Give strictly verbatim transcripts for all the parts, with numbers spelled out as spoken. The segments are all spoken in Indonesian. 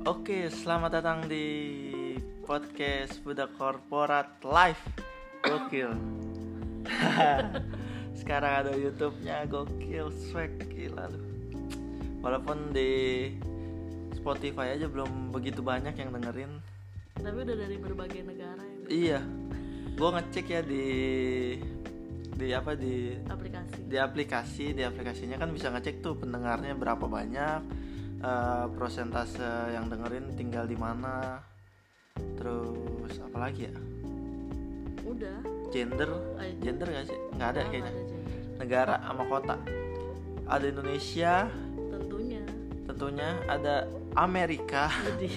Oke, selamat datang di podcast Budak Korporat Live. Gokil. Sekarang ada YouTube-nya, gokil, swag, gila lu. Walaupun di Spotify aja belum begitu banyak yang dengerin. Tapi udah dari berbagai negara ya. Iya. Gue ngecek ya di di apa di aplikasi. Di aplikasi, di aplikasinya kan bisa ngecek tuh pendengarnya berapa banyak. Uh, prosentase yang dengerin tinggal di mana, terus apa lagi ya? Udah. Gender, Ay, gender nggak sih? Nggak ada oh, kayaknya. ada Negara sama kota. Ada Indonesia. Tentunya. Tentunya ada Amerika.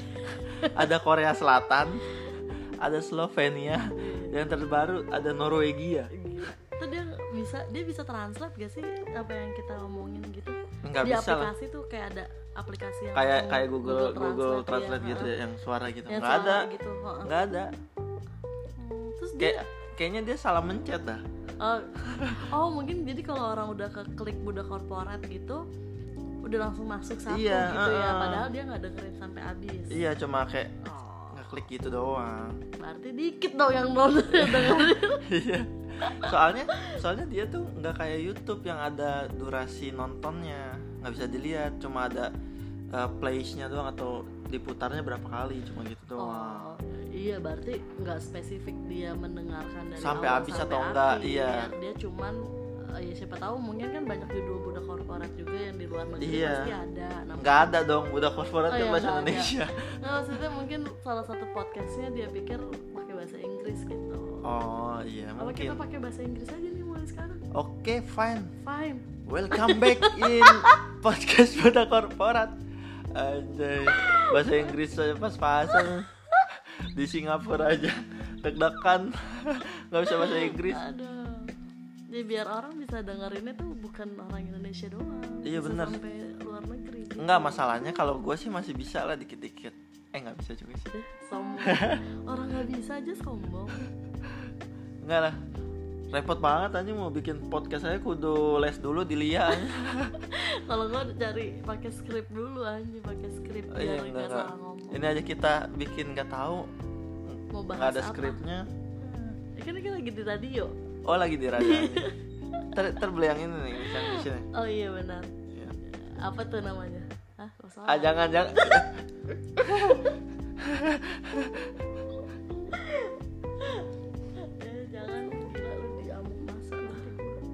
Ada Korea Selatan. Ada Slovenia. Dan terbaru ada Norwegia. Itu dia bisa dia bisa translate gak sih apa yang kita omongin gitu? Nggak di bisa aplikasi lah. Tuh kayak ada aplikasi yang kayak kayak Google Google Translate, Google Translate ya, gitu ya, yang suara gitu. Yang nggak suara ada gitu, nggak ada hmm, terus kayak dia, kayaknya dia salah mencet dah. oh, oh mungkin jadi kalau orang udah ke klik Budak Korporat gitu udah langsung masuk satu iya, gitu uh, ya, padahal dia nggak dengerin sampai habis. Iya, cuma kayak oh. ngeklik gitu doang. Berarti dikit dong yang nonton yang dengerin. Iya. Soalnya soalnya dia tuh nggak kayak YouTube yang ada durasi nontonnya, nggak bisa dilihat, cuma ada uh, plays-nya doang atau diputarnya berapa kali, cuma gitu doang. Oh, iya, berarti nggak spesifik dia mendengarkan dari sampai awal habis sampai atau enggak, akhir. iya. Dia cuman uh, ya siapa tahu mungkin kan banyak judul Budak Korporat juga yang di luar negeri, iya. pasti ada. Nah, nggak ada dong Budak Korporat oh, kan iya, bahasa Indonesia. Nah, maksudnya mungkin salah satu podcastnya dia pikir pakai bahasa Inggris gitu. Oh iya, apa mungkin. kita pakai bahasa Inggris aja nih mulai sekarang? Oke, fine. Fine. Welcome back in podcast Budak Korporat. Anjay, bahasa Inggris aja pas-pasan. Di Singapura aja deg-degan nggak bisa bahasa Inggris. Aduh. Jadi biar orang bisa dengerinnya tuh bukan orang Indonesia doang. Iya, benar. Sampai luar negeri. Gitu. Enggak, masalahnya kalau gue sih masih bisa lah dikit-dikit. Eh nggak bisa juga sih. Eh, sombong. Orang nggak bisa aja sombong. Enggak lah. Repot banget anjing mau bikin podcast saya kudu les dulu di Lia. Kalau gue cari pakai skrip dulu anjing, pakai skrip Oh, biar iya, nggak enggak, salah enggak. ngomong. Ini aja kita bikin nggak tahu. Mau bahas Nggak ada apa? skripnya. Ya kan kita lagi di radio. Oh, lagi di radio. Ter terbeli yang ini nih, yang di sini. Oh iya benar. Ya. Apa tuh namanya? Hah? Masalah. Ah, jangan jangan. Eh jangan, gila lu diamuk masa nanti.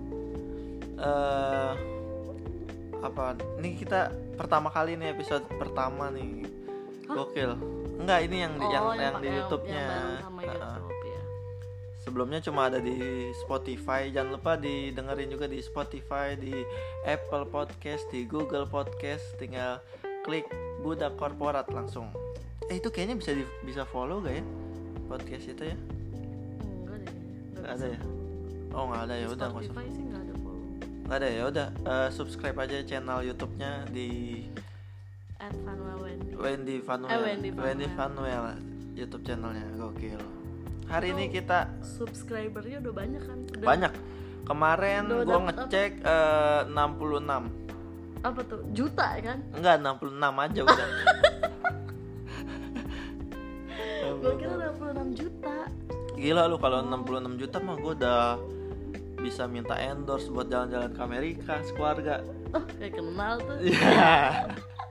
Eh apa? Ini kita pertama kali nih, episode pertama nih. Hah? Gokil. Enggak, ini yang di, Oh, yang, yang, yang di yang, YouTube-nya. yang bareng sama Uh-uh. YouTube ya. Sebelumnya cuma ada di Spotify. Jangan lupa didengerin juga di Spotify, di Apple Podcast, di Google Podcast. Tinggal klik Budak Korporat langsung. Eh itu kayaknya bisa di, bisa follow gak ya podcast itu ya? Enggak deh. Nggak ada ya? Oh nggak ada, ya udah nggak usah. Spotify sih nggak ada follow. Nggak ada, ya udah. Uh, subscribe aja channel YouTube-nya di At Vanuel Wendy. Wendy Vanuel. Eh, Wendy Vanuel. Wendy Vanuel YouTube channelnya, gokil. Hari Itu ini kita subscribernya udah banyak kan? Udah, banyak. Kemarin Udah gue dapet ngecek uh, enam puluh enam. Apa tuh? Juta kan? Enggak, enam puluh enam aja udah. Gue kira enam puluh enam juta. Gila lu, kalau enam puluh enam juta mah gue udah bisa minta endorse buat jalan-jalan ke Amerika sekeluarga. Oh, kayak kenal tuh. Iya.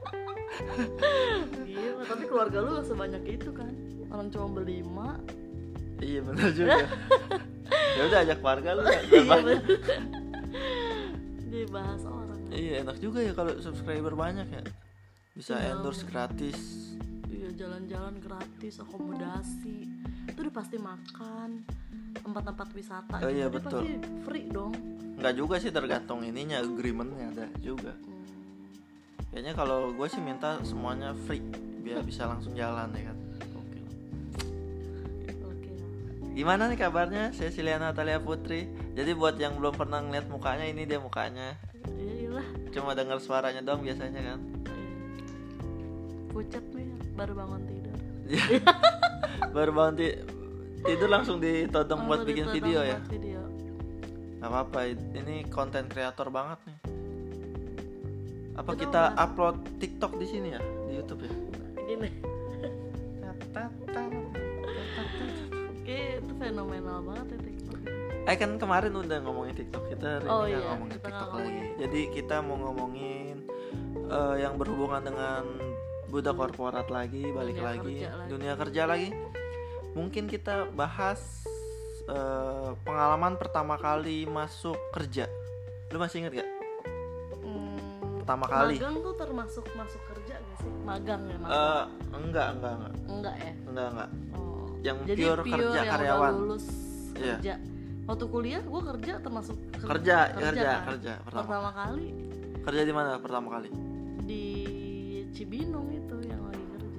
Gila, tapi keluarga lu gak sebanyak itu kan? Orang cuma berlima. Iya benar juga. Ya udah ajak keluarga lu ya. Iya bener. Jadi bahas orang. Iya, enak juga ya kalau subscriber banyak ya. Bisa Iya. endorse gratis. Iya, jalan-jalan gratis, akomodasi. Itu udah pasti makan, tempat-tempat wisata. Oh, iya, Dia betul. pasti free dong. Enggak juga sih, tergantung ininya, agreementnya ada juga. Hmm. Kayaknya kalau gue sih minta semuanya free biar bisa langsung jalan ya kan. Oke. Oke. Gimana nih kabarnya Cecilia Natalia Putri? Jadi buat yang belum pernah ngeliat mukanya, ini dia mukanya. Iya iyalah. Cuma dengar suaranya doang biasanya kan. Pucat nih, baru bangun tidur. Baru bangun ti- tidur langsung ditodong Oh, buat bikin ditodong video buat ya. Video. Gak apa-apa, ini konten kreator banget nih. Apa Itu kita apa? upload TikTok di sini ya, di YouTube ya? gini. Oke, itu fenomenal banget ya TikTok. Eh kan kemarin udah ngomongin TikTok, kita hari Oh ini iya, nggak ngomongin kita TikTok nggak lagi. ngomongin. Jadi kita mau ngomongin eh, yang berhubungan dengan budak korporat lagi, balik Dunia lagi, kerja lagi. dunia kerja lagi. Mungkin kita bahas eh, pengalaman pertama kali masuk kerja. Lu masih inget gak? Hmm, Pertama kali? Magang tuh termasuk masuk kerja gak sih? Magang ya magang? Eh, enggak, enggak, enggak, Enggak ya? enggak, enggak. Oh. Yang Jadi pure kerja yang karyawan. udah lulus Iya. kerja. Waktu kuliah gue kerja termasuk ker- Kerja, kerja, kan? kerja, pertama. Pertama kali Kerja di mana pertama kali? di Cibinong itu yang lagi kerja.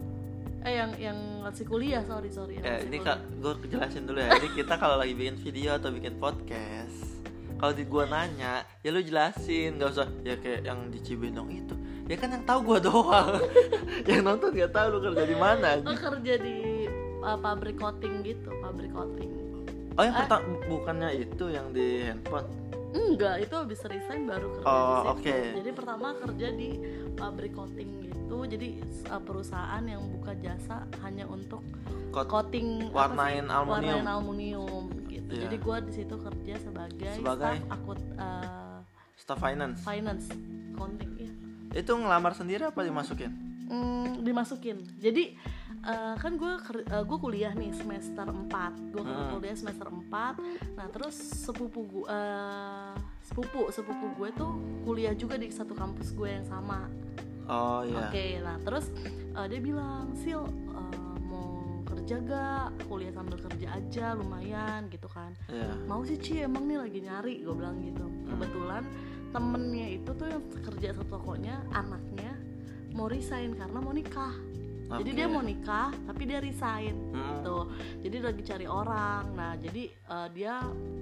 Eh yang yang masih kuliah, sorry sorry. yang Eh, masih ini kuliah. kak, gue jelasin dulu ya. Jadi kita kalau lagi bikin video atau bikin podcast, kalau di gua nanya, ya lu jelasin, nggak usah ya kayak yang di Cibinong itu. Ya kan yang tahu gua doang. Yang nonton nggak tahu lu kerja di mana. Oh, kerja di uh, pabrik coating gitu, pabrik coating. Oh yang Eh. pertama bukannya itu yang di handphone? Enggak, itu habis resign baru kerja Oh, di situ. oke. Jadi pertama kerja di pabrik coating gitu. Jadi uh, perusahaan yang buka jasa hanya untuk Coat- coating apa warnain sih? aluminium. Warnain aluminium gitu. Iya. Jadi gue di situ kerja sebagai, Sebagai? staff akut uh, Staff finance. finance accounting ya. Itu ngelamar sendiri apa dimasukin? Hmm, dimasukin. Jadi uh, kan gue uh, gue kuliah nih semester empat. Gue Hmm. kuliah semester empat. Nah, terus sepupu gue uh, sepupu sepupu gue tuh kuliah juga di satu kampus gue yang sama. Oh iya. Oke, nah terus uh, dia bilang, "Sil, uh, mau kerja gak? Kuliah sambil kerja aja lumayan gitu kan." Iya. Mau sih Ci, emang nih lagi nyari, gue bilang gitu. Kebetulan temennya itu tuh yang kerja satu tokonya, anaknya mau resign karena mau nikah. Jadi Oke. dia mau nikah tapi dia resign Hmm. gitu. Jadi lagi cari orang. Nah jadi uh, dia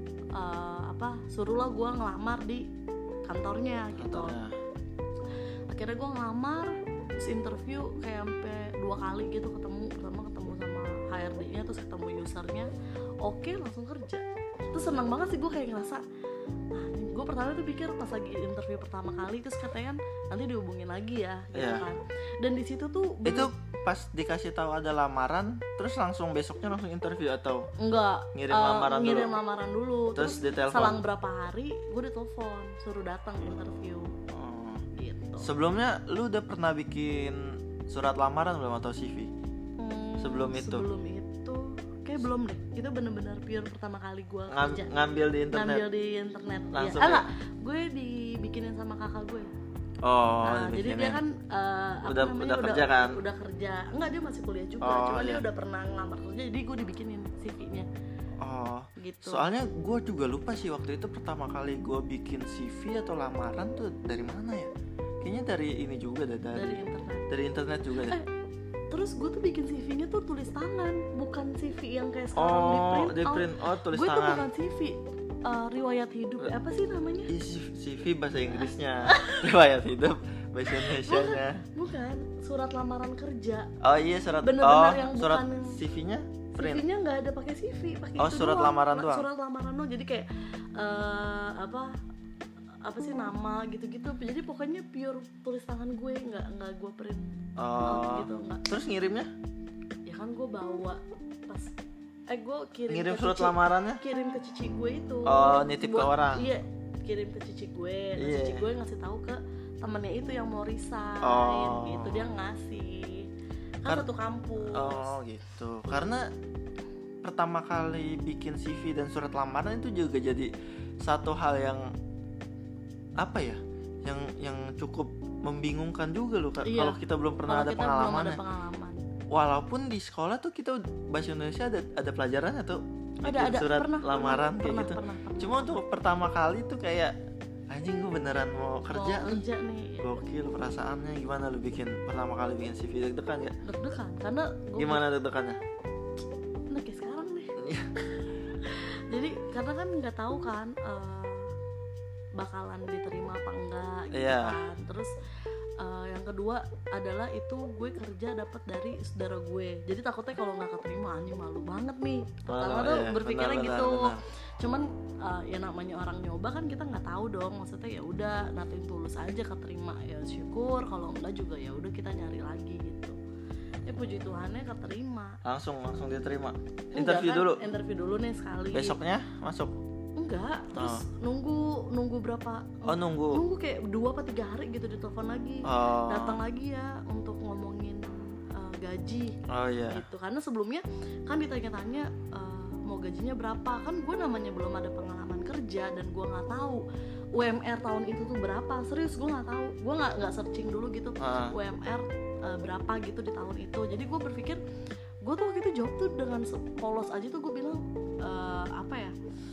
uh, apa suruhlah gue ngelamar di kantornya gitu. Kantornya. Akhirnya gue ngelamar, terus interview kayak sampai dua kali gitu, ketemu pertama ketemu sama H R D-nya, terus ketemu usernya. Oke, langsung kerja. Terus senang banget sih gue, kayak ngerasa, nah gue pertama tuh pikir pas lagi interview pertama kali, terus katanya kan nanti dihubungin lagi ya gitu Iya. kan. Dan di situ tuh Itu bener- pas dikasih tahu ada lamaran, terus langsung besoknya langsung interview atau enggak ngirim eh, lamaran dulu? ngirim lamaran dulu, Terus terus, ditelepon? selang berapa hari gue ditelepon suruh datang interview Oh. gitu. Sebelumnya lu udah pernah bikin surat lamaran belum atau C V? Hmm, sebelum itu? sebelum itu kayak belum deh, itu bener-bener pure pertama kali gue Ngam- kerja ngambil di internet. ngambil di internet. Langsung ya. Ah, ya? enggak, gue dibikinin sama kakak gue. Oh, Nah, jadi dibikinin. dia kan uh, apa Udah- namanya, udah kerja kan? Udah kerja. Enggak, dia masih kuliah juga, Oh, cuma dia iya. udah pernah ngelamar kerja, jadi gue dibikinin C V-nya Oh, gitu. soalnya gue juga lupa sih waktu itu pertama kali gue bikin C V atau lamaran tuh dari mana ya? Kayaknya dari ini juga deh, dari dari internet. dari internet juga deh. Eh, terus gue tuh bikin C V-nya tuh tulis tangan, bukan C V yang kayak sekarang di Oh, print di out. print out tulis Gue tuh tangan. bukan C V, uh, riwayat hidup. Eh, apa sih namanya? Ih, C V bahasa Inggrisnya, riwayat hidup bahasa Indonesianya. Bukan, surat lamaran kerja. Oh iya surat. Bener-bener oh, yang surat bukan yang- C V-nya print. C V-nya nggak ada pakai C V, pakai Oh, itu surat doang. lamaran La- doang. Surat lamaran doang. Jadi kayak eh, apa apa sih nama gitu-gitu. Jadi pokoknya pure tulis tangan gue, nggak nggak gue print out Oh. gitu, nggak. Terus ngirimnya? Ya kan gue bawa pas eh gue kirim Ngirim ke surat cici- lamarannya? kirim ke cici gue itu. Oh, nitip ke Buat- orang. Iya, kirim ke cici gue. Nah, Iya. cici gue ngasih tahu ke temennya itu yang mau resign Oh. gitu, dia ngasih. Kan Kar- satu kampus. Oh gitu. Karena pertama kali bikin C V dan surat lamaran itu juga jadi satu hal yang apa ya? Yang yang cukup membingungkan juga loh Kak, Iya. kalau kita belum pernah Kalau ada kita belum ada pengalamannya. pengalaman. Walaupun di sekolah tuh kita bahasa Indonesia ada ada pelajarannya tuh. Ada bikin ada surat pernah lamaran pernah, kayak pernah, gitu. pernah, pernah. Cuma untuk pertama kali tuh kayak anjing gue beneran mau kerja Mau nih. kerja nih Gokil perasaannya. Gimana lu bikin pertama kali bikin C V, deg-degan gak? deg-degan karena gue Gimana deg-degannya? nah, kayak sekarang nih. Iya. Jadi karena kan nggak tahu kan eh, bakalan diterima apa enggak gitu Iya. kan. Terus eh, yang kedua adalah itu gue kerja dapat dari saudara gue. Jadi takutnya kalau nggak keterima anjing malu banget nih. Pertama Oh, tuh iya, berpikirnya benar, gitu. benar, Cuman eh, ya namanya orang nyoba kan kita nggak tahu dong. Maksudnya ya udah nothing tulus aja keterima ya syukur. Kalau enggak juga ya udah kita nyari lagi gitu. ya puji Tuhannya keterima. Langsung langsung diterima. Enggak Interview kan, dulu. Interview dulu nih sekali. Besoknya masuk. Enggak, terus Oh. nunggu nunggu berapa? Oh, nunggu. Nunggu kayak dua apa tiga hari gitu ditelepon lagi. Oh. Datang lagi ya untuk ngomongin uh, gaji. Oh iya. Gitu. Karena sebelumnya kan ditanya-tanya uh, mau gajinya berapa, kan gue namanya belum ada pengalaman kerja dan gue nggak tahu U M R tahun itu tuh berapa. Serius gue nggak tahu, gue nggak nggak searching dulu gitu Ah. U M R uh, berapa gitu di tahun itu. Jadi gue berpikir gue tuh waktu itu jawab tuh dengan polos aja tuh gue bilang uh, apa ya,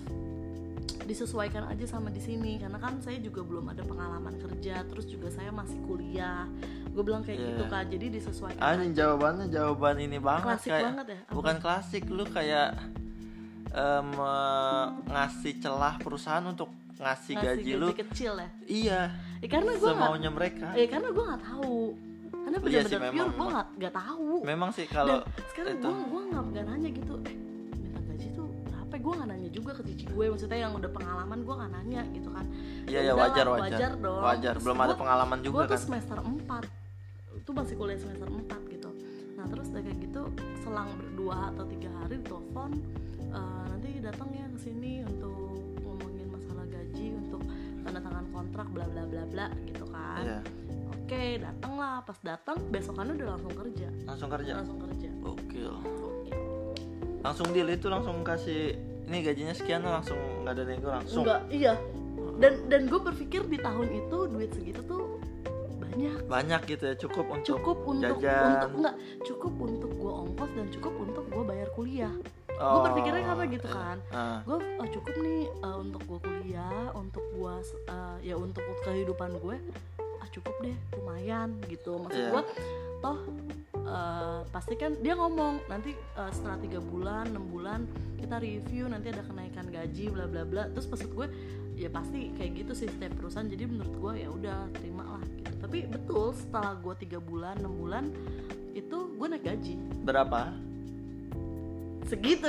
disesuaikan aja sama di sini karena kan saya juga belum ada pengalaman kerja, terus juga saya masih kuliah. Gue bilang kayak Yeah. gitu kan, jadi disesuaikan Anjing, aja. jawabannya jawaban ini banget, Klasik kayak banget ya? Apa? bukan klasik, lu kayak em, eh, ngasih celah perusahaan untuk ngasih, Ngasih gaji, lu. kecil ya. Iya. Eh, karena gue nggak, semaunya mereka. eh karena gue nggak tahu, karena Iya sih, benar-benar pure memang, gue memang. nggak nggak tahu. Memang sih kalau Dan sekarang itu. gue gue nggak nggak nanya gitu, eh minta gaji tuh berapa? Gue nggak nanya juga ke cici gue, maksudnya yang udah pengalaman gue nggak nanya gitu kan. Iya ya, udahlah, wajar wajar. wajar dong. Wajar, Terus belum gua- ada pengalaman juga Gue tuh kan. semester empat, itu masih kuliah semester empat gitu. Nah terus udah kayak gitu selang berdua atau tiga hari telepon, "Eh, nanti datang ya ke sini untuk ngomongin masalah gaji, untuk tanda tangan kontrak bla bla bla bla gitu kan." Iya. Oke, datang lah. Pas datang besokannya udah langsung kerja. Langsung kerja. Langsung kerja. Oke. Oke. Langsung deal itu langsung kasih ini gajinya sekian, langsung nggak ada nego langsung. Enggak, iya. Dan dan gue berpikir di tahun itu duit segitu tuh banyak. Banyak gitu ya, cukup untuk Cukup untuk jajan. untuk enggak, cukup untuk gue ongkos dan cukup untuk gue bayar kuliah. Oh, Gue berpikirnya karena gitu kan. ah. Gue oh, cukup nih uh, untuk gue kuliah, untuk gue uh, ya untuk kehidupan gue, ah cukup deh, lumayan gitu. Maksud Iya. gue toh uh, pasti kan dia ngomong nanti uh, setelah tiga bulan, enam bulan kita review, nanti ada kenaikan gaji bla bla bla. Terus maksud gue ya pasti kayak gitu sih setiap perusahaan. Jadi menurut gue ya udah terima lah gitu. Tapi betul setelah gue tiga bulan, enam bulan itu gue naik gaji Berapa? segitu.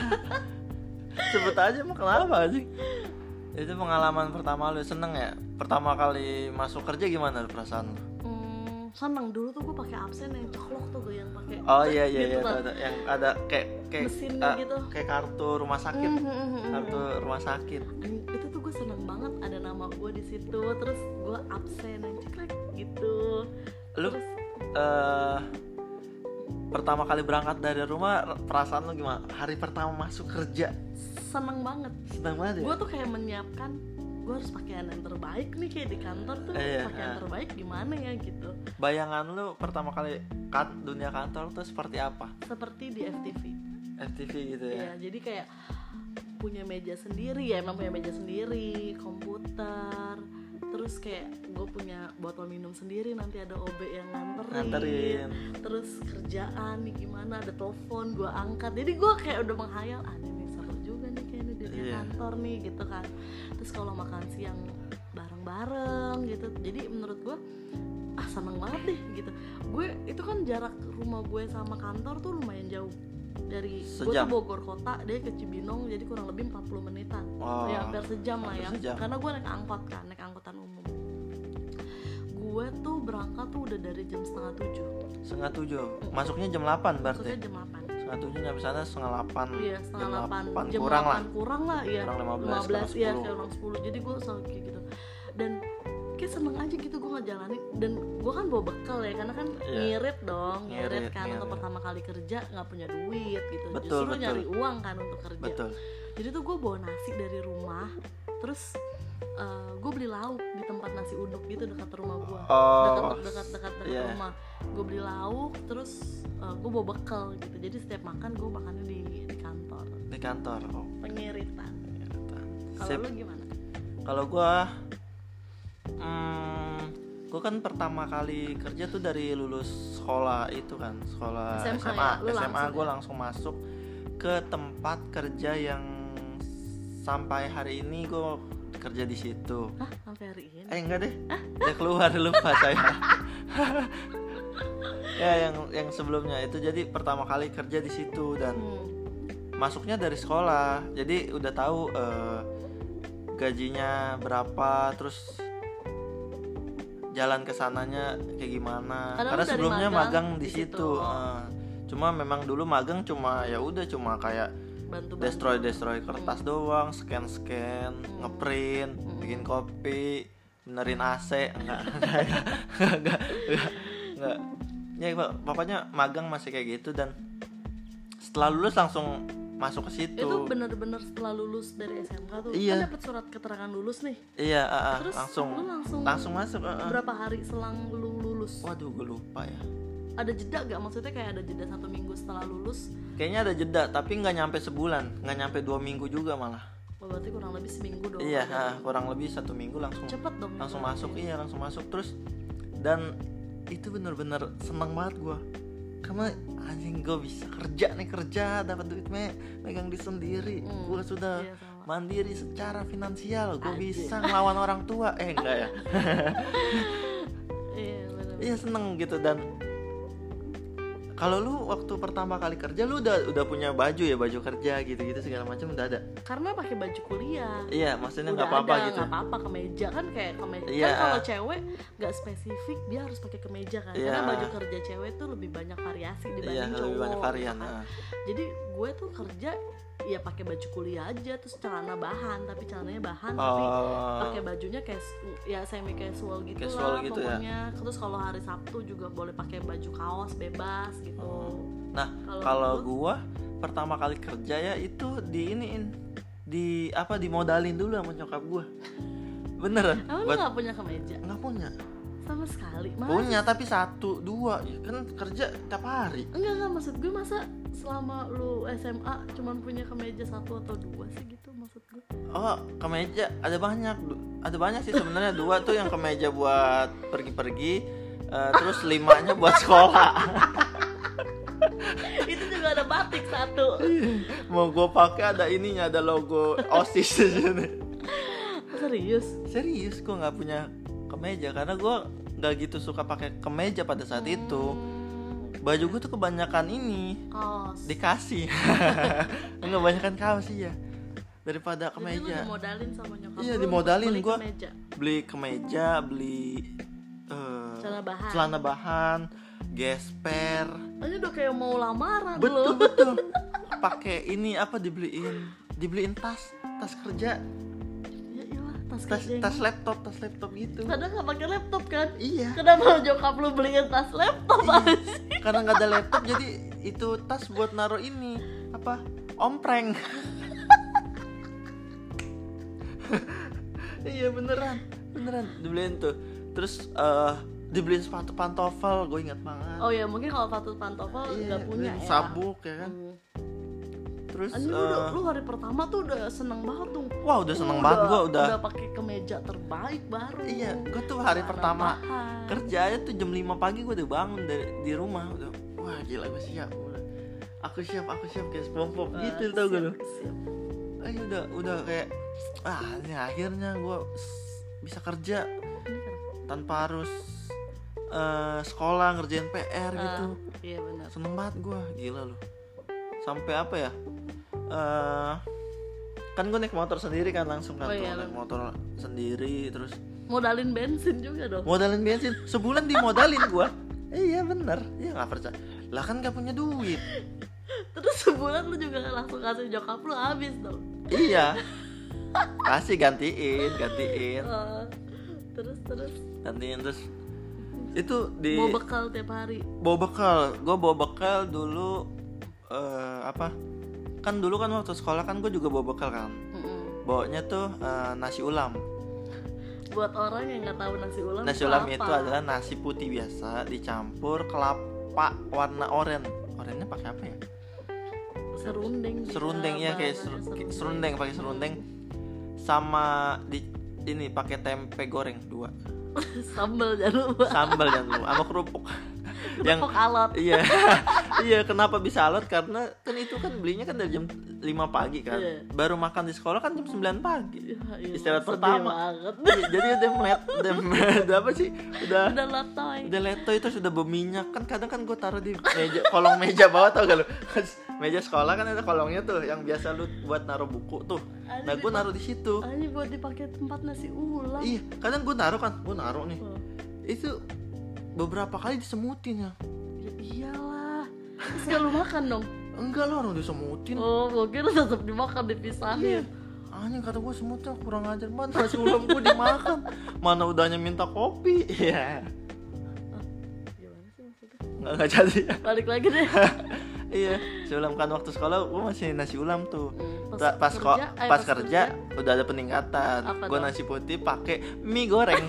Sebut aja mah, kenapa sih? Itu pengalaman pertama lu, seneng ya? Pertama kali masuk kerja gimana perasaan lu? Hmm, seneng dulu tuh gue pakai absen yang ceklok tuh gue yang pakai. Oh iya iya gitu iya, kan. ada yang ada kayak kayak Mesinnya ah, gitu. kayak kartu rumah sakit. Hmm, hmm, hmm, Kartu hmm. rumah sakit. Dan itu tuh gue seneng banget ada nama gue di situ, terus gue absen yang ceklek gitu. Lu Terus eh pertama kali berangkat dari rumah, perasaan lu gimana? Hari pertama masuk kerja, seneng banget. seneng banget ya? Gue tuh kayak menyiapkan gue harus pakaian yang terbaik nih kayak di kantor tuh. Iya, Pakaian ah. terbaik gimana ya gitu. Bayangan lu pertama kali kan dunia kantor tuh seperti apa? Seperti di F T V. F T V gitu ya? Ya, jadi kayak punya meja sendiri ya, emang punya meja sendiri, komputer, terus kayak gue punya botol minum sendiri, nanti ada O B yang nganterin, Nganterin. terus kerjaan nih gimana, ada telepon gue angkat, jadi gue kayak udah menghayal, ah ini seru juga nih kayaknya di Iya. kantor nih gitu kan. Terus kalau makan siang bareng-bareng gitu, jadi menurut gue ah seneng banget deh gitu. Gue itu kan jarak rumah gue sama kantor tuh lumayan jauh, dari gue tuh Sejam? Bogor kota, dia ke Cibinong, jadi kurang lebih empat puluh menitan. Wow. Ya hampir sejam lah ya. Hampir sejam. Karena gue naik angkot kan, naik angkutan umum. Gue tuh berangkat tuh udah dari jam setengah tujuh. Setengah tujuh. Masuknya jam delapan berarti? Maksudnya jam delapan. Setengah tujuh nyampe sana setengah delapan. Iya, setengah Jam delapan. delapan Jam kurang lah. delapan kurang lah, iya. Kurang lima belas, lima belas kurang ya, sepuluh. kayak orang sepuluh. Jadi gue selalu kayak gitu. Dan kayak seneng aja gitu gue ngejalanin. Dan gue kan bawa bekal ya, karena kan Iya. ngirit dong, ngirit, Ngirit, kan untuk ngirit. pertama kali kerja nggak punya duit gitu. Betul, Justru betul. nyari uang kan untuk kerja. Betul. Jadi tuh gue bawa nasi dari rumah, terus uh, gue beli lauk di tempat nasi uduk gitu dekat rumah gue, Oh, dekat dekat dekat dekat iya. rumah. Gue beli lauk, terus uh, gue bawa bekal gitu. Jadi setiap makan gue makannya di di kantor. Di kantor. Oh, Pengiritan. ternyata. Kalau Sip. lu gimana? Kalau gua hmm, gua kan pertama kali kerja tuh dari lulus sekolah itu kan, sekolah S M A S M A. ya? Lu S M A langsung gua ya? langsung masuk ke tempat kerja yang sampai hari ini gua kerja di situ. Hah, sampai hari ini? Eh enggak deh, udah keluar lupa saya. Ya yang yang sebelumnya itu, jadi pertama kali kerja di situ dan Hmm. masuknya dari sekolah, jadi udah tahu eh, gajinya berapa, terus jalan ke sananya kayak gimana. Karena Karena lu dari sebelumnya magang magang di di situ. situ. Eh, cuma memang dulu magang cuma ya udah cuma kayak Bantu-bantu. destroy destroy kertas doang, scan scan, ngeprint, bikin kopi, benerin A C, enggak enggak enggak enggak, enggak. Ya pokoknya magang masih kayak gitu. Dan setelah lulus langsung masuk ke situ. Itu bener-bener setelah lulus dari S M K tuh. Iya. Kan dapat surat keterangan lulus nih. Iya, uh, uh, Terus langsung lu langsung langsung masuk. Uh, uh. Berapa hari selang lu lulus? Waduh, gue lupa ya. Ada jeda gak? Maksudnya kayak ada jeda satu minggu setelah lulus? Kayaknya ada jeda, tapi nggak nyampe sebulan, nggak nyampe dua minggu juga malah. Oh, berarti kurang lebih seminggu dong. Iya, uh, kurang lebih satu minggu langsung. Cepet dong. Langsung ya, masuk, berarti. iya langsung masuk terus. Dan itu bener-bener seneng banget gue. Karena anjing gue bisa kerja nih kerja dapat duit me megang di sendiri. Hmm, Gue sudah iya, sama. mandiri secara finansial. Gue Anjir. bisa ngelawan orang tua. Eh enggak ya. Iya, bener. Iya seneng gitu. Dan kalau lu waktu pertama kali kerja lu udah udah punya baju ya, baju kerja gitu-gitu segala macam udah ada. Karena pakai baju kuliah. Iya, maksudnya Udah nggak apa-apa ada, gitu. nggak apa-apa kemeja kan kayak kemeja. Iya. Kan kalau cewek nggak spesifik dia harus pakai kemeja kan. Iya. Karena baju kerja cewek tuh lebih banyak variasi dibanding Iya, cowok. lebih banyak varian. gitu kan. Nah. Jadi gue tuh kerja ya pakai baju kuliah aja, terus celana bahan, tapi celananya bahan tapi Oh. pakai bajunya kayak ya semi casual gitu Casual lah gitu ya. pokoknya. Terus kalau hari Sabtu juga boleh pakai baju kaos bebas gitu. Oh. Nah, Kalau kalau lu? gua pertama kali kerja ya itu di iniin di apa dimodalin dulu sama nyokap gua. Beneran. Emang lu Buat nggak punya kemeja nggak punya. sama sekali? Masa? Punya tapi satu, dua. Ya, kan kerja tiap hari. Enggak enggak maksud gue masa selama lu S M A cuman punya kemeja satu atau dua sih gitu maksud gue. Oh, kemeja ada banyak. Ada banyak sih sebenarnya. Dua tuh yang kemeja buat pergi-pergi, eh, terus limanya buat sekolah. Itu juga ada batik satu. Mau gua pakai ada ininya, ada logo OSIS di sini. Serius? Serius, gua nggak punya kemeja karena gua nggak gitu suka pakai kemeja pada saat itu. Baju gua tuh kebanyakan ini Kaos. dikasih. Enggak banyakan kaos sih ya daripada Jadi lu kemeja. dimodalin sama nyokap Iya, lu dimodalin beli gua. kemeja. Beli kemeja, beli eh, Celana bahan. celana bahan, gesper. Ini udah kayak mau lamaran Betul lu. betul. Pakai ini apa dibeliin, dibeliin tas, tas kerja, Ya iyalah, tas tas kerja. tas laptop, tas laptop gitu. Padahal nggak pakai laptop kan? Iya. Kenapa nyokap lu beliin tas laptop Iya. aja sih? Karena nggak ada laptop jadi itu tas buat naruh ini apa ompreng. Iya beneran, beneran dibeliin tuh. Terus eh dibeliin sepatu pantofel, gue ingat banget. Oh ya mungkin kalau sepatu pantofel nggak punya beliin ya. sabuk ya kan. Hmm. Terus Anjir, lu, eh, udah- lu hari pertama tuh udah seneng banget tuh. wah udah seneng banget gue udah. Udah pakai kemeja terbaik baru. Iya, gue tuh hari Celana pertama bahan. kerja aja tuh jam lima pagi gue udah bangun dari di rumah udah, wah gila gue siap udah. Aku siap, aku siap kayak SpongeBob Wah, gitu tau gue siap, lu. siap. Ayo udah udah kayak ah ini akhirnya gue bisa kerja Ini kenapa? tanpa harus eh, sekolah ngerjain P R gitu. Ah, iya benar. Seneng banget gue, gila lu. Sampai apa ya? Eh kan gue naik motor sendiri kan langsung kan Oh tuh iya, naik lu. motor sendiri terus Modalin bensin juga dong. modalin bensin sebulan dimodalin gua. Iya bener, iya nggak percaya. Lah kan nggak punya duit. Terus sebulan lu juga langsung kasih nyokap lu habis dong. Iya. Kasih gantiin, gantiin, Ah, terus terus gantiin terus. Itu di mau bekal tiap hari. bawa bekal. Gua bawa bekal dulu eh, apa? Kan dulu kan waktu sekolah kan gue juga bawa bekal kan. Mm-mm. Bawanya tuh eh, nasi ulam. Buat orang yang nggak tahu nasi ulam. Nasi itu ulam apa? itu adalah nasi putih biasa dicampur kelapa warna oranye. Oranye pakai apa ya? serundeng. bisa, Serundeng ya kayak bahasanya ser- serundeng pakai serundeng sama di ini pakai tempe goreng dua. Sambal jangan lupa. Sambal jangan lupa sama kerupuk. Yang Kerupuk alot. iya. Iya, kenapa bisa alot? Karena kan itu kan belinya kan dari jam lima pagi kan. Iya. Baru makan di sekolah kan jam sembilan pagi. Ya, iya, Istirahat sedih pertama. banget. Iya, jadi udah melet, udah, udah apa sih? Udah Udah latoy. udah letoy itu sudah berminyak kan kadang kan gue taruh di meja kolong meja bawah tau gak lu meja sekolah kan ada kolongnya tuh yang biasa lu buat naruh buku tuh nah gue naruh di situ Ah, ini buat dipakai tempat nasi ulam. iya kadang gue naruh kan gue naruh nih Oh. itu beberapa kali disemutin ya. Ya iyalah. Terus gak lu makan dong? Enggak lah, orang disemutin. Oh, mungkin tetap dimakan, dipisahin. Iya. Anjing kata gue semutnya kurang ajar banget, nasi ulam gue dimakan. Mana udahnya minta kopi. Iya. Ah, gimana sih maksudnya? Enggak enggak jadi. Balik lagi deh. Iya, sebelum kan waktu sekolah gue masih nasi ulam tuh. Hmm, pas pas, ko- kerja, eh, pas kerja, kerja udah ada peningkatan. Gue nasi putih pakai mie goreng.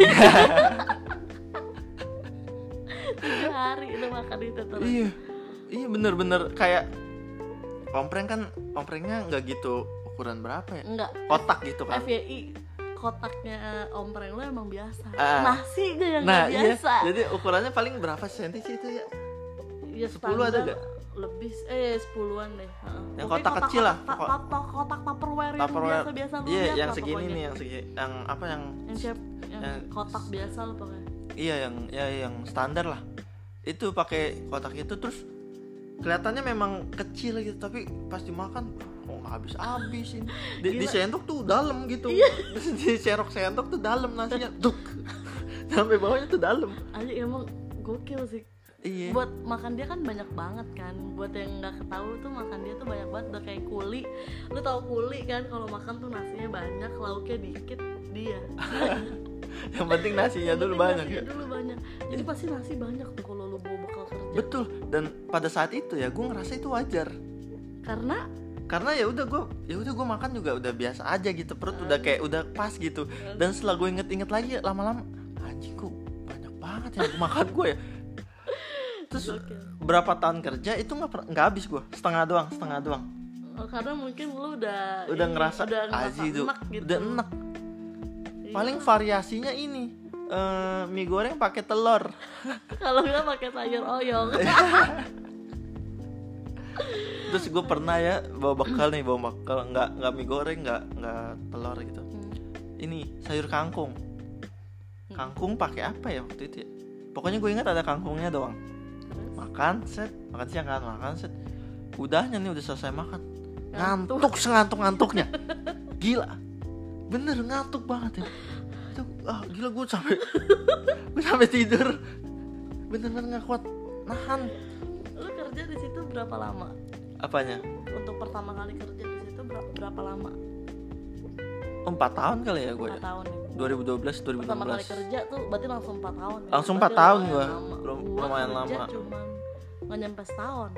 Tiga hari lu makan itu terus. Iya, iya bener-bener kayak ompreng kan, omprengnya nggak gitu ukuran berapa ya? Enggak. Kotak gitu kan? F Y I kotaknya ompreng lu emang biasa. Ah. Nasi aja yang Nah, nggak biasa. Iya. Jadi ukurannya paling berapa senti sih itu ya? Ya, sepuluh ada gak? Lebih eh sepuluhan deh. Heeh. Yang Pokoknya kotak kecil lah. Kotak, Pokok- kotak, kotak Tupperware yang Tupperware. biasa-biasa lu Iya, lihat yang lah segini pokoknya. nih, yang segini, yang apa yang? Yang shape, yang, yang- kotak biasa lah pokoknya. Iya, yang ya yang standar lah. Itu pakai kotak itu terus kelihatannya memang kecil gitu, tapi pas dimakan oh nggak habis-habis ini. Di, di sendok tuh dalam gitu. Di serok sendok tuh dalam nasinya. Duk. Sampai bawahnya tuh dalam. Aja emang gokil sih. Iya. Buat makan dia kan banyak banget kan. Buat yang nggak ketahui tuh makan dia tuh banyak banget, udah kayak kuli. Lu tau kuli kan, kalau makan tuh nasinya banyak, lauknya dikit, dia. Yang penting nasinya Yang dulu penting banyak nasinya ya. dulu banyak. Jadi pasti nasi banyak tuh kalau lu bawa bekal kerja. Betul. Dan pada saat itu ya gue ngerasa itu wajar. Karena Karena ya udah gue ya udah gue makan juga udah biasa aja gitu, perut udah kayak udah pas gitu. Dan setelah gue inget-inget lagi lama-lama anjing kok banyak banget yang makan gue ya. Terus Gokil. berapa tahun kerja itu nggak nggak habis gue, setengah doang setengah doang. oh, karena mungkin lu udah Udah ini, ngerasa udah ngerasa aji itu enak gitu. udah enak. Iya. Paling variasinya ini eh, mie goreng pakai telur. Kalau nggak pakai sayur oyong. Terus gue pernah ya bawa bekal nih, bawa bekal nggak nggak mie goreng, nggak nggak telur gitu. Hmm. Ini sayur kangkung. Kangkung pakai apa ya waktu itu ya? Pokoknya gue ingat ada kangkungnya doang. Makan set, makan siang kan, makan set. Udahnya nih udah selesai makan. Ngantuk. Ngantuk sengantuk-ngantuknya. Gila. Bener ngantuk banget ya. Itu ah gila gue sampai gue sampai tidur. Bener-bener enggak kuat nahan. Lu kerja di situ berapa lama? Apanya? Untuk pertama kali kerja di situ berapa, berapa lama? Oh, empat tahun kali ya gue. empat tahun ya. dua ribu dua belas dua ribu enam Pertama belas. kali kerja tuh berarti langsung empat tahun ya? Langsung Berarti empat tahun lumayan gua. lama. Belum- Gua lumayan kerja lama. cuman nggak nyampe setahun.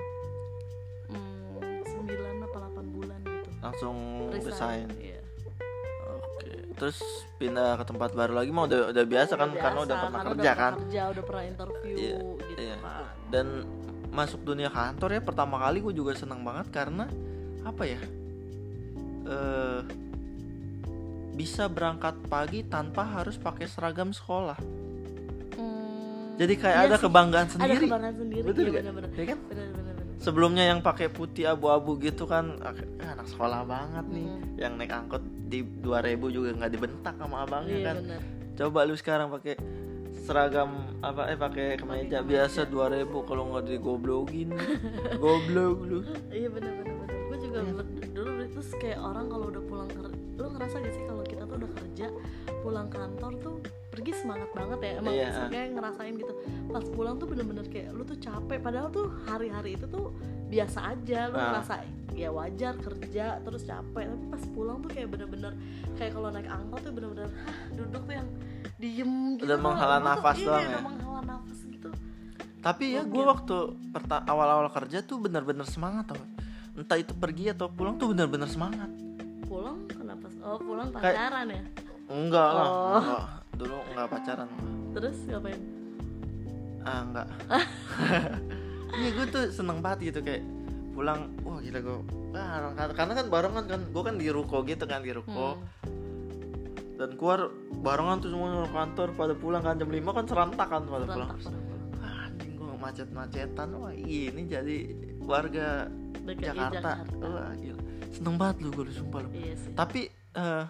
Hmm, sembilan apa delapan bulan gitu. Langsung resign. Iya. Oke. Terus pindah ke tempat baru lagi mah udah udah biasa kan, Udah karena biasa, udah pernah karena kerja udah kan. pernah kerja, udah pernah interview Iya, gitu iya. kan. Dan masuk dunia kantor ya pertama kali gue juga senang banget karena apa ya? Eh bisa berangkat pagi tanpa harus pakai seragam sekolah. Hmm, Jadi kayak iya ada sih. kebanggaan Ada sendiri. kebanggaan sendiri. Betul iya, nggak? bener-bener. Ya kan? Bener-bener. Sebelumnya yang pakai putih abu-abu gitu kan, ah, anak sekolah banget nih. Hmm. Yang naik angkot di dua ribu juga nggak dibentak sama abangnya Iya kan. bener. Coba lu sekarang pakai seragam apa eh pakai kemeja kemeja. biasa dua ribu, kalau nggak digoblokin. Goblok lu. Iya bener-bener. Gue juga Iya. ber- dulu terus kayak orang kalau udah pulang kerja, lu ngerasa gak sih kalau kita tuh udah kerja pulang kantor tuh pergi semangat banget ya, emang Iya. kayak ngerasain gitu. Pas pulang tuh bener-bener kayak lu tuh capek, padahal tuh hari-hari itu tuh biasa aja, lu Ah. ngerasa ya wajar kerja terus capek, tapi pas pulang tuh kayak bener-bener kayak kalau naik angkot tuh bener-bener hah, duduk tuh yang diem gitu. Udah tuh, menghela lu tuh- nafas iya, doang udah ya? menghela nafas gitu. Tapi ya gue Gokil. waktu perta- awal-awal kerja tuh bener-bener semangat tau. Entah itu pergi atau pulang tuh bener-bener semangat. Pulang kenapa? Oh pulang Kayak- pacaran ya? Enggak lah, Oh. enggak. Dulu enggak pacaran. Terus ngapain? Ah enggak. Iya gue tuh seneng banget gitu kayak pulang, wah gila gue. Wah, karena kan barengan kan, gue kan di ruko gitu kan di ruko. Hmm. Dan keluar barengan tuh semua orang kantor pada pulang kan jam lima kan serentak kan pada pulang. Berantak pada pulang. Ah, anjing gue macet-macetan, wah ini jadi warga D K I Jakarta. Jakarta. Wah gila. Seneng banget lu gue sumpah lu. Iya sih. Tapi eh,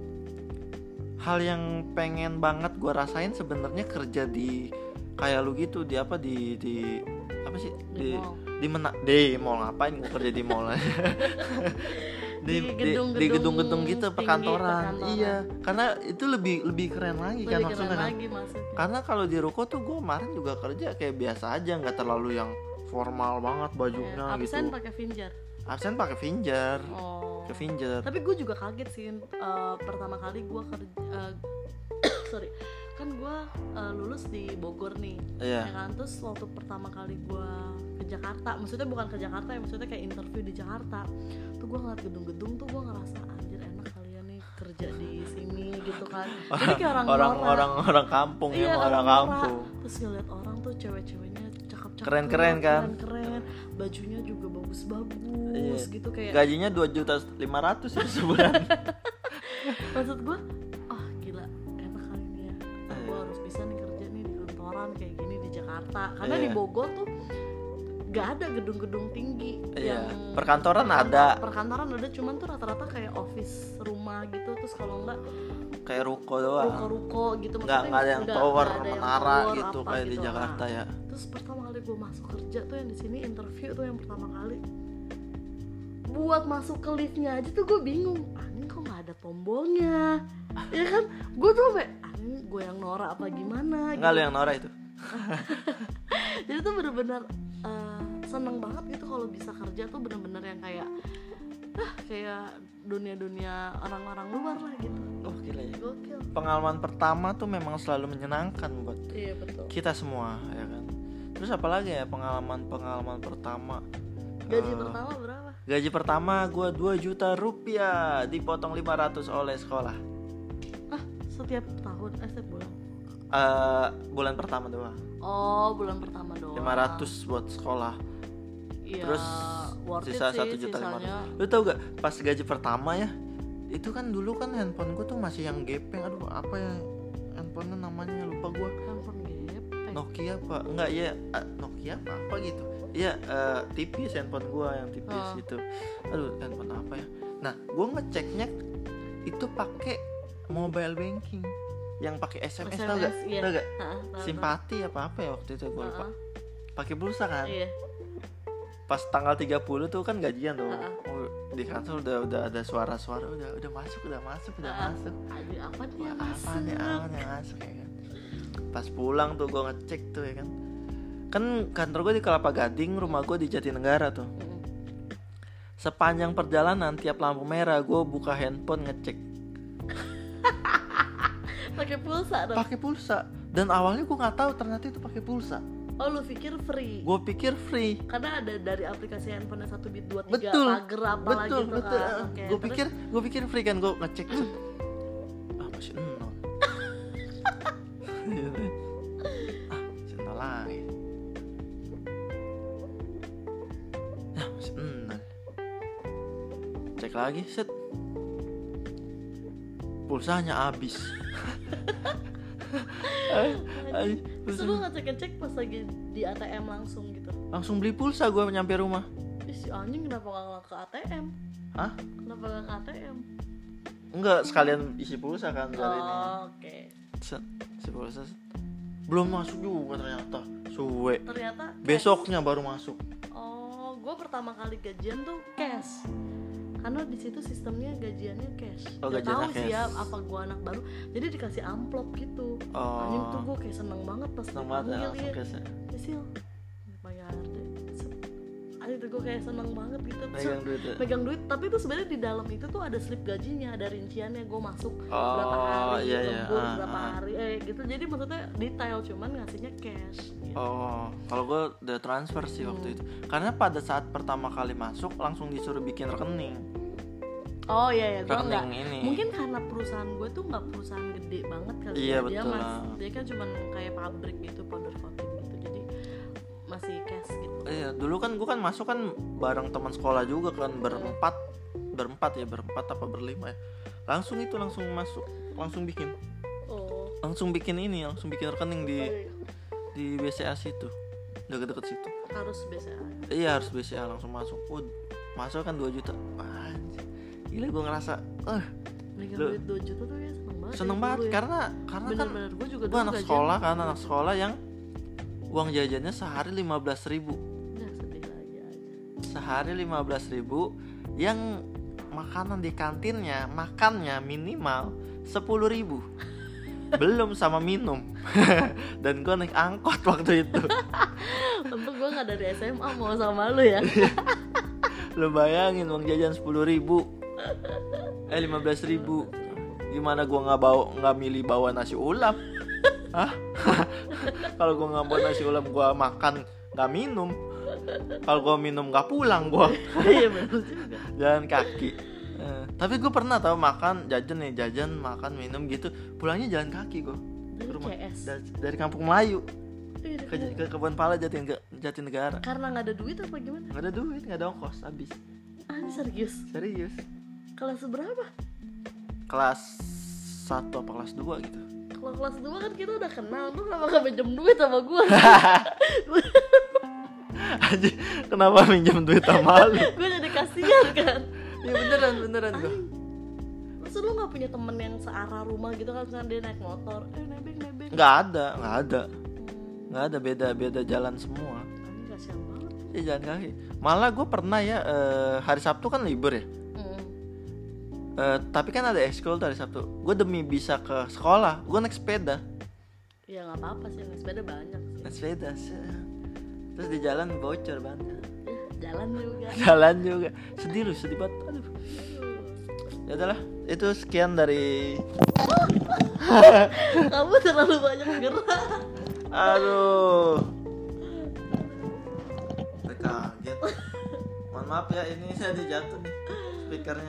hal yang pengen banget gue rasain sebenarnya kerja di kayak lu gitu, di apa di di apa sih Di di mall. di mena di mall ngapain gue kerja di mall. di, Di di, gedung-gedung di gedung-gedung gitu tinggi, perkantoran. perkantoran. Iya, karena itu lebih lebih keren lagi kan Lebih maksudnya keren kan. lagi maksudnya. Karena kalau di ruko tuh gue kemarin juga kerja kayak biasa aja, nggak terlalu yang formal banget bajunya Ya, gitu. absen pakai vinjar. Absen pakai vinjar, Oh. pakai vinjar. Tapi gue juga kaget sih uh, pertama kali gue kerja uh, sorry kan gue uh, lulus di Bogor nih, Iya. ya kan. Terus waktu pertama kali gue ke Jakarta, maksudnya bukan ke Jakarta ya, maksudnya kayak interview di Jakarta, tuh gue ngeliat gedung-gedung tuh gue ngerasa anjir enak kalian nih kerja di sini gitu kan. Jadi kayak orang orang orang orang kampung iya, ya, orang Nora. kampung. Terus ngeliat orang tuh cewek-ceweknya cakep-cakep, Keren-keren kan? keren-keren, bajunya juga bagus-bagus Iya. gitu kayak. Gajinya dua juta lima ratus itu sebulan. Maksud gue, oh gila enak kali ini ya, oh, gue harus bisa nih kerja nih di kantoran kayak gini di Jakarta. Karena Iya. di Bogor tuh gak ada gedung-gedung tinggi. Iya. Yang Perkantoran perkantor- ada. Perkantoran ada, cuman tuh rata-rata kayak office rumah gitu. Terus kalau enggak Kayak ruko doang. ruko-ruko gitu. Nggak Maksudnya nggak ada yang nggak- tower, nggak ada yang menara tower, gitu apa kayak di gitu. Jakarta Nah, ya. terus pertama kali gue masuk kerja tuh yang di sini interview tuh yang pertama kali, buat masuk ke liftnya aja tuh gue bingung, anjing kok nggak ada tombolnya, ya kan? Gue tuh kayak anjing gue yang norak apa gimana? Enggak gitu. lu yang norak itu. Jadi tuh bener-bener uh, seneng banget gitu kalau bisa kerja tuh bener-bener yang kayak ah kayak dunia-dunia orang-orang luar lah gitu. Oh gila ya. Gokil. Pengalaman pertama tuh memang selalu menyenangkan buat Iya betul. kita semua ya kan. Terus apalagi ya pengalaman-pengalaman pertama. Gaji Eh, pertama berapa? Gaji pertama gue dua juta rupiah, dipotong lima ratus oleh sekolah. Ah setiap tahun, eh setiap bulan. Eh, bulan pertama doang. Oh bulan pertama doang. lima ratus buat sekolah. Iya, Terus worth it sisa sih, satu juta lima sisanya. ratus. Lu tau gak pas gaji pertama ya, itu kan dulu kan handphone gue tuh masih yang gepeng. Aduh apa ya handphonenya namanya lupa gue. Handphone gepeng. Nokia apa? Enggak ya, ah, Nokia apa apa gitu. Iya, eh, tipis handphone gue yang tipis Oh. itu. Aduh handphone apa ya? Nah gue ngeceknya itu pakai mobile banking yang pakai S M S, tau gak? iya. Tau gak? Ha-ha, tahu, Simpati apa apa ya waktu itu gue tahu. lupa. Ha-ha, Pakai pulsa kan? Iya. Pas tanggal tiga puluh tuh kan gajian tuh. Ha-ha. Oh, di kantor udah udah ada suara-suara udah udah masuk udah masuk udah Ha-ha. masuk. Aduh apa nih Wah, yang apa masuk? nih apa nih yang masuk ya kan. Pas pulang tuh gue ngecek tuh ya kan. Kan kantor gue di Kelapa Gading, rumah gue di Jatinegara tuh. Mm. Sepanjang perjalanan tiap lampu merah gue buka handphone ngecek Pakai pulsa dong. pakai pulsa. Dan awalnya gue nggak tahu ternyata itu pakai pulsa. Oh lu pikir free? Gue pikir free. Karena ada dari aplikasi handphone yang satu bit dua tiga Betul, pager apa lagi betul, gitu betul. kan. Oke, gue terus- pikir, gue pikir free kan, gue ngecek. ah masih nol. ah masih nol lagi. Ah masih nol. Cek lagi, set. Pulsanya habis. Ay, ay, Terus lu ngecek-ngecek pas lagi di A T M langsung gitu. langsung beli pulsa gue nyampe rumah. Ih, si anjing kenapa gak ke A T M? Hah? Kenapa gak ke A T M? Enggak, sekalian isi pulsa kan dari ini. Oh, oke. Set, isi pulsa. Set. Belum masuk juga ternyata. Suwe. Ternyata cash. Besoknya baru masuk. Oh, gue pertama kali gajian tuh cash. Karena di situ sistemnya gajiannya cash. Oh, Gak gajiannya tahu sih cash. ya apa gue anak baru. Jadi dikasih amplop gitu. Oh. Anjing tuh gue kayak seneng banget pas Seneng banget ya dipanggil, langsung iya. cash ya. Ya, Sil, bayar deh. Set. Anjing tuh gue kayak seneng banget gitu. Terus Megang duit ya. megang duit, tapi tuh sebenarnya di dalam itu tuh ada slip gajinya, ada rinciannya gue masuk Oh, berapa hari, iya, iya. lembur Ah, berapa ah. hari, eh gitu. Jadi maksudnya detail, cuman ngasihnya cash. Gitu. Oh, kalau gue udah transfer sih waktu itu. Karena pada saat pertama kali masuk langsung disuruh bikin rekening. Oh iya ya, gue Rekening nggak. ini. Mungkin karena perusahaan gue tuh nggak perusahaan gede banget kali Iya, ya. Dia betul mas, lah. dia kan cuman kayak pabrik gitu, powder coating gitu. Jadi masih cash gitu. Iya, dulu kan gue kan masuk kan bareng teman sekolah juga kan berempat, berempat ya berempat apa berlima ya. Langsung itu langsung masuk, langsung bikin, Oh. langsung bikin ini, langsung bikin rekening di Oh, iya. di B C A situ, deket-deket situ. Harus B C A. Iya harus B C A langsung masuk. Uh, masuk kan dua juta. Wah, anjir. Gila gue ngerasa, eh Megang Lu- duit dua juta tuh ya seneng banget. seneng ya banget dulu ya. karena karena kan Bener-bener gue juga gue dulu anak gajian- sekolah kan anak sekolah yang uang jajannya sehari lima belas ribu Ya sedih lagi aja. sehari lima belas ribu yang makanan di kantinnya, makannya minimal sepuluh ribu. Belum sama minum. Dan gue naik angkot waktu itu. Untung gue gak dari S M A mau sama lu ya. Lu bayangin uang jajan sepuluh ribu, Eh lima belas ribu. Gimana gue gak, bawa, gak milih bawa nasi ulam? Hah? Kalau gue gak bawa nasi ulam, gue makan gak minum. Kalau gue minum gak pulang gue. Iya bener juga. Jalan kaki. eh, Tapi gue pernah tau makan, jajan nih, jajan, makan, minum gitu. Pulangnya jalan kaki gue Dari rumah. C S. Dari, dari Kampung Melayu Iya, ke, ke Kebun Pala Jati, Jatinegara. karena gak ada duit apa gimana? Gak ada duit, gak ada ongkos, habis. Ah ini serius? Serius. Kelas berapa? Kelas satu apa kelas dua gitu. Kalau kelas dua kan kita udah kenal. Lu kenapa gak pinjem duit sama gue? Aji, kenapa minjem duit sama lu? Gue jadi kasihan kan. Iya beneran, beneran gue. Terus lu gak punya temen yang searah rumah gitu kan? Misalnya dia naik motor, eh nebeng nebeng. Gak ada, gak ada. hmm. Gak ada, beda-beda jalan semua. Ini kasihan banget. Iya jalan kaki. Malah gue pernah ya, eh, hari Sabtu kan libur ya. hmm. eh, Tapi kan ada ekskul hari Sabtu. Gue demi bisa ke sekolah, gue naik sepeda. Ya gak apa-apa sih, naik sepeda banyak sih. Naik sepeda sih. Terus di jalan bocor banget. Ya, jalan juga. Jalan juga. Sedih lu, sedih banget. Aduh. Ya udahlah, itu sekian dari. Kamu terlalu banyak gerak. Aduh. Udah kaget. Mohon maaf ya, ini saya dijatuh nih speakernya.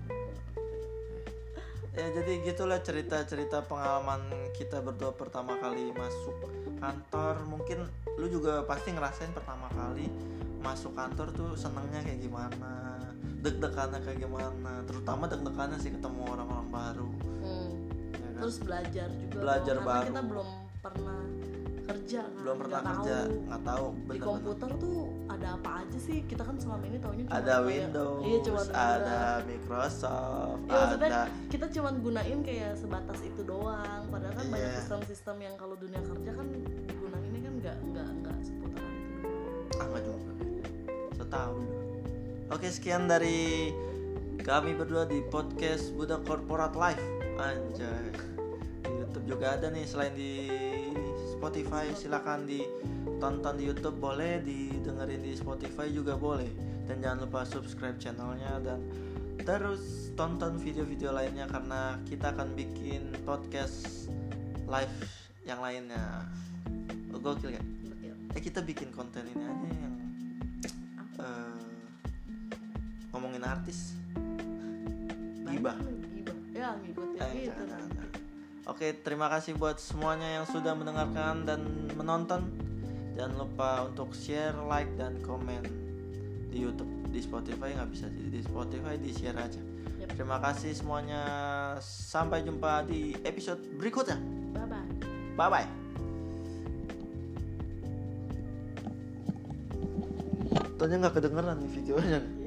Ya jadi gitulah cerita-cerita pengalaman kita berdua pertama kali masuk kantor. Mungkin lu juga pasti ngerasain pertama kali masuk kantor tuh senengnya kayak gimana, deg-degannya kayak gimana. Terutama deg-degannya sih ketemu orang-orang baru. hmm. Ya kan? Terus belajar juga. Belajar karena baru. kita belum pernah kerja kan. Belum pernah nggak kerja, tahu. nggak tahu Di bener-bener. komputer tuh ada apa aja sih? Kita kan selama ini taunya cuma Ada kayak- Windows, iya, cuma ada Microsoft, ya, maksudnya ada kita cuma gunain kayak sebatas itu doang. Padahal kan Iya. banyak sistem-sistem yang kalau dunia kerja kan digunainnya kan nggak nggak nggak seputaran itu doang. ah nggak juga. So tahu lu. Oke, sekian dari kami berdua di podcast Budak Korporat Live. Anjay. Di YouTube juga ada nih, selain di Spotify silakan ditonton di YouTube boleh, didengerin di Spotify juga boleh. Dan jangan lupa subscribe channelnya dan terus tonton video-video lainnya karena kita akan bikin podcast live yang lainnya. Oh, gokil kan? Betul. Eh kita bikin konten ini aja yang uh, ngomongin artis. Gibah. Gibah. Ya ngikutin Eh, gitu. jangan, jangan. Oke, terima kasih buat semuanya yang sudah mendengarkan dan menonton. Jangan lupa untuk share, like, dan komen di YouTube. Di Spotify nggak bisa sih, di Spotify di share aja. Yep. Terima kasih semuanya. Sampai jumpa di episode berikutnya. Bye bye. Bye bye. Tanya nggak kedengeran nih videonya.